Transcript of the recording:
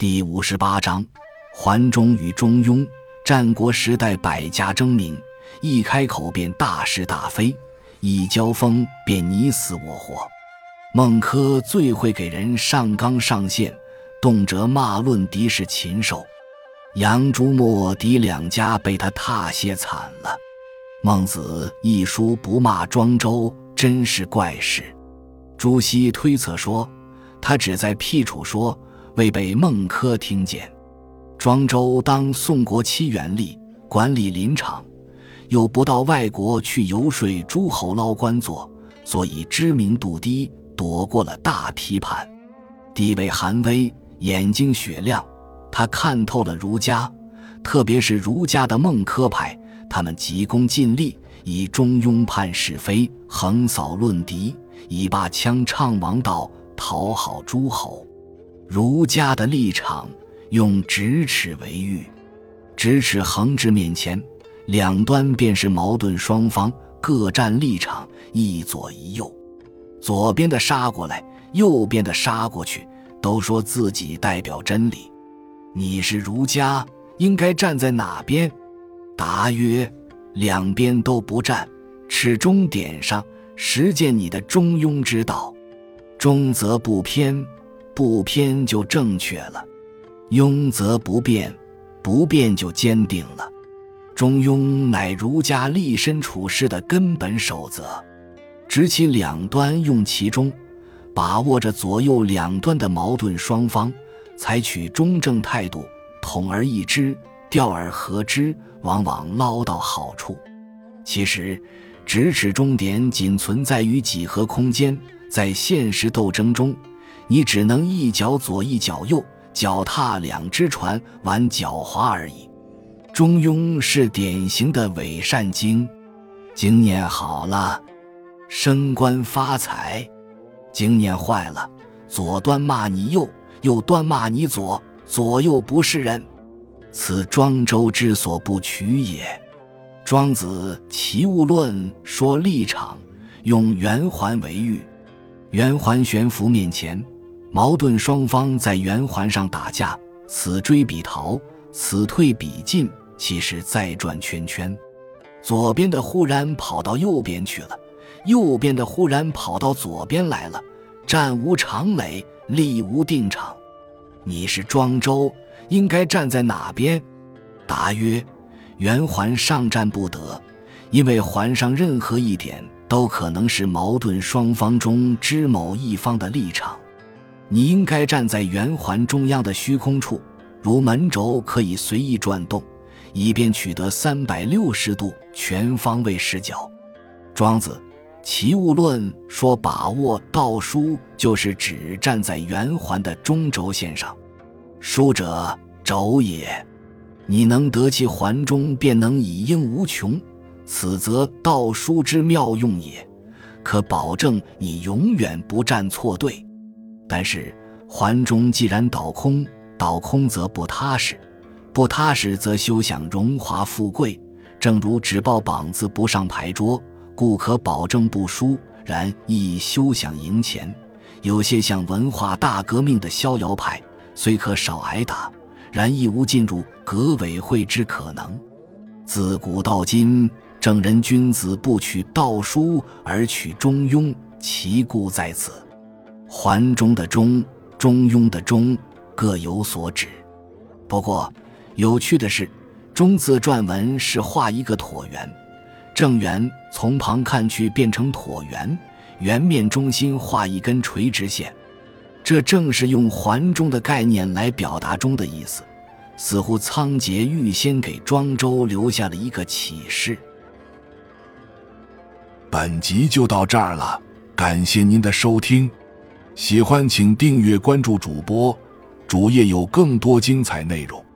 第58章桓中与中庸。战国时代百家争鸣，一开口便大是大非，一交锋便你死我活。孟轲最会给人上纲上线，动辄骂论敌是禽兽。杨朱墨狄两家被他踏血惨了。孟子一书不骂庄周，真是怪事。朱熹推测说，他只在辟处说，未被孟轲听见。庄周当宋国戚元吏，管理林场，又不到外国去游说诸侯捞官做，所以知名度低，躲过了大批判。地位寒微，眼睛雪亮，他看透了儒家，特别是儒家的孟轲派，他们急功近利，以中庸判是非，横扫论敌，以霸腔唱王道，讨好诸侯。儒家的立场用咫尺为喻，咫尺横至面前，两端便是矛盾双方，各站立场，一左一右。左边的杀过来，右边的杀过去，都说自己代表真理。你是儒家，应该站在哪边？答曰：两边都不站，持中点上，实践你的中庸之道。中则不偏，不偏就正确了；庸则不变，不变就坚定了。中庸乃儒家立身处世的根本守则，执其两端，用其中，把握着左右两端的矛盾双方，采取中正态度，统而易之，调而和之，往往捞到好处。其实咫尺中点仅存在于几何空间，在现实斗争中，你只能一脚左一脚右，脚踏两只船，玩狡猾而已。中庸是典型的伪善经，经念好了，升官发财；经念坏了，左端骂你右，右端骂你左，左右不是人。此庄周之所不取也。庄子《齐物论》说立场，用圆环为喻。圆环悬浮面前，矛盾双方在圆环上打架，此追彼逃，此退彼进，其实在转圈圈。左边的忽然跑到右边去了，右边的忽然跑到左边来了，战无常垒，立无定场。你是庄周，应该站在哪边？答曰：圆环上站不得，因为环上任何一点都可能是矛盾双方中之某一方的立场。你应该站在圆环中央的虚空处，如门轴可以随意转动，以便取得360度全方位视角。庄子《齐物论》说把握道书，就是指站在圆环的中轴线上。书者，轴也。你能得其环中，便能以应无穷，此则道书之妙用也，可保证你永远不站错队。但是环中既然倒空，倒空则不踏实，不踏实则休想荣华富贵。正如只报榜字不上牌桌，故可保证不输，然亦休想赢钱。有些像文化大革命的逍遥派，虽可少挨打，然亦无进入革委会之可能。自古到今，正人君子不取道书而取中庸，其故在此。环中的中，中庸的中，各有所指。不过有趣的是，中字篆文是画一个椭圆，正圆从旁看去变成椭圆，圆面中心画一根垂直线。这正是用环中的概念来表达中的意思，似乎仓颉预先给庄周留下了一个启示。 本集就到这儿了，感谢您的收听，喜欢请订阅关注主播，主页有更多精彩内容。